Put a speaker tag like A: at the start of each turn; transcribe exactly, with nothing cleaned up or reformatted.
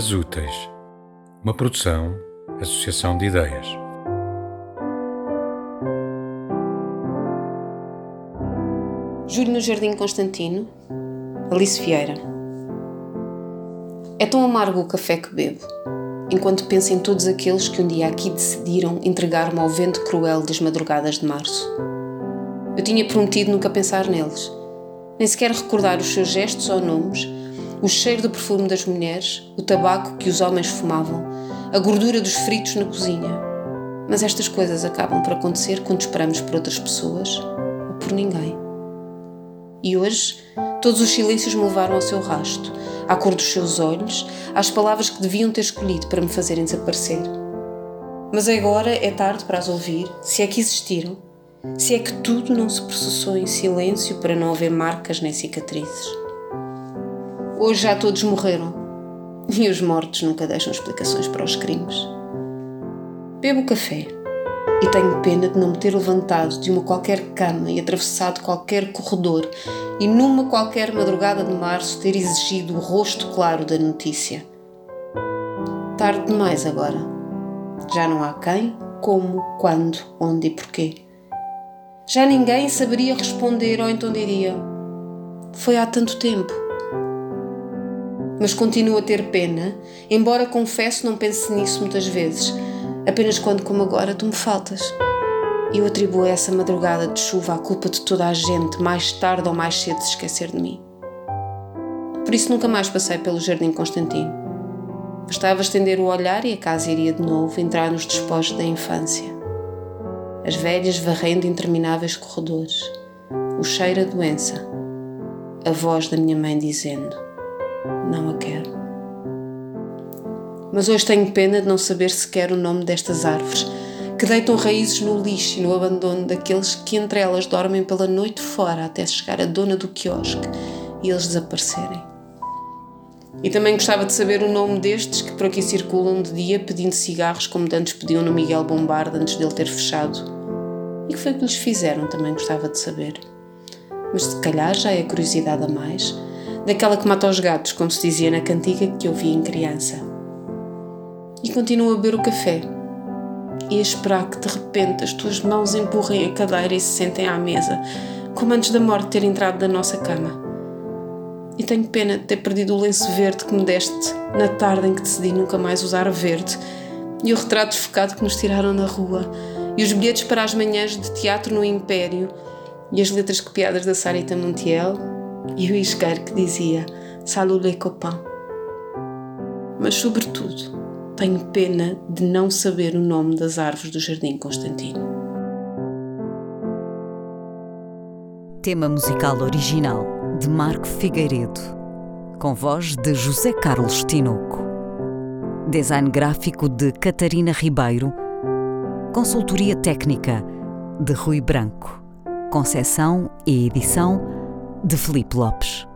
A: Dias Úteis, uma produção, associação de ideias.
B: Júlio no Jardim Constantino, Alice Vieira. É tão amargo o café que bebo, enquanto penso em todos aqueles que um dia aqui decidiram entregar-me ao vento cruel das madrugadas de março. Eu tinha prometido nunca pensar neles, nem sequer recordar os seus gestos ou nomes, o cheiro do perfume das mulheres, o tabaco que os homens fumavam, a gordura dos fritos na cozinha. Mas estas coisas acabam por acontecer quando esperamos por outras pessoas ou por ninguém. E hoje, todos os silêncios me levaram ao seu rasto, à cor dos seus olhos, às palavras que deviam ter escolhido para me fazerem desaparecer. Mas agora é tarde para as ouvir, se é que existiram, se é que tudo não se processou em silêncio para não haver marcas nem cicatrizes. Hoje já todos morreram, e os mortos nunca deixam explicações para os crimes. Bebo café, e tenho pena de não me ter levantado de uma qualquer cama e atravessado qualquer corredor e numa qualquer madrugada de março ter exigido o rosto claro da notícia. Tarde demais agora. Já não há quem, como, quando, onde e porquê. Já ninguém saberia responder ou então diria: foi há tanto tempo. Mas continuo a ter pena, embora confesso não pense nisso muitas vezes, apenas quando, como agora, tu me faltas. Eu atribuo a essa madrugada de chuva a culpa de toda a gente, mais tarde ou mais cedo, se esquecer de mim. Por isso nunca mais passei pelo Jardim Constantino. Bastava estender o olhar e a casa iria de novo entrar nos despojos da infância. As velhas varrendo intermináveis corredores, o cheiro a doença, a voz da minha mãe dizendo: não a quero. Mas hoje tenho pena de não saber sequer o nome destas árvores que deitam raízes no lixo e no abandono daqueles que entre elas dormem pela noite fora até chegar a dona do quiosque e eles desaparecerem. E também gostava de saber o nome destes que por aqui circulam de dia pedindo cigarros como antes pediam no Miguel Bombarda antes dele ter fechado. E que foi que lhes fizeram, também gostava de saber. Mas se calhar já é curiosidade a mais, daquela que mata os gatos, como se dizia na cantiga que eu via em criança. E continuo a beber o café e a esperar que de repente as tuas mãos empurrem a cadeira e se sentem à mesa, como antes da morte ter entrado da nossa cama. E tenho pena de ter perdido o lenço verde que me deste na tarde em que decidi nunca mais usar verde, e o retrato desfocado que nos tiraram na rua, e os bilhetes para as manhãs de teatro no Império, e as letras copiadas da Sarita Montiel, e o isqueiro que dizia Salut les copains. Mas, sobretudo, tenho pena de não saber o nome das árvores do Jardim Constantino.
C: Tema musical original de Marco Figueiredo, com voz de José Carlos Tinoco. Design gráfico de Catarina Ribeiro. Consultoria técnica de Rui Branco. Conceção e edição de Filipe Lopes.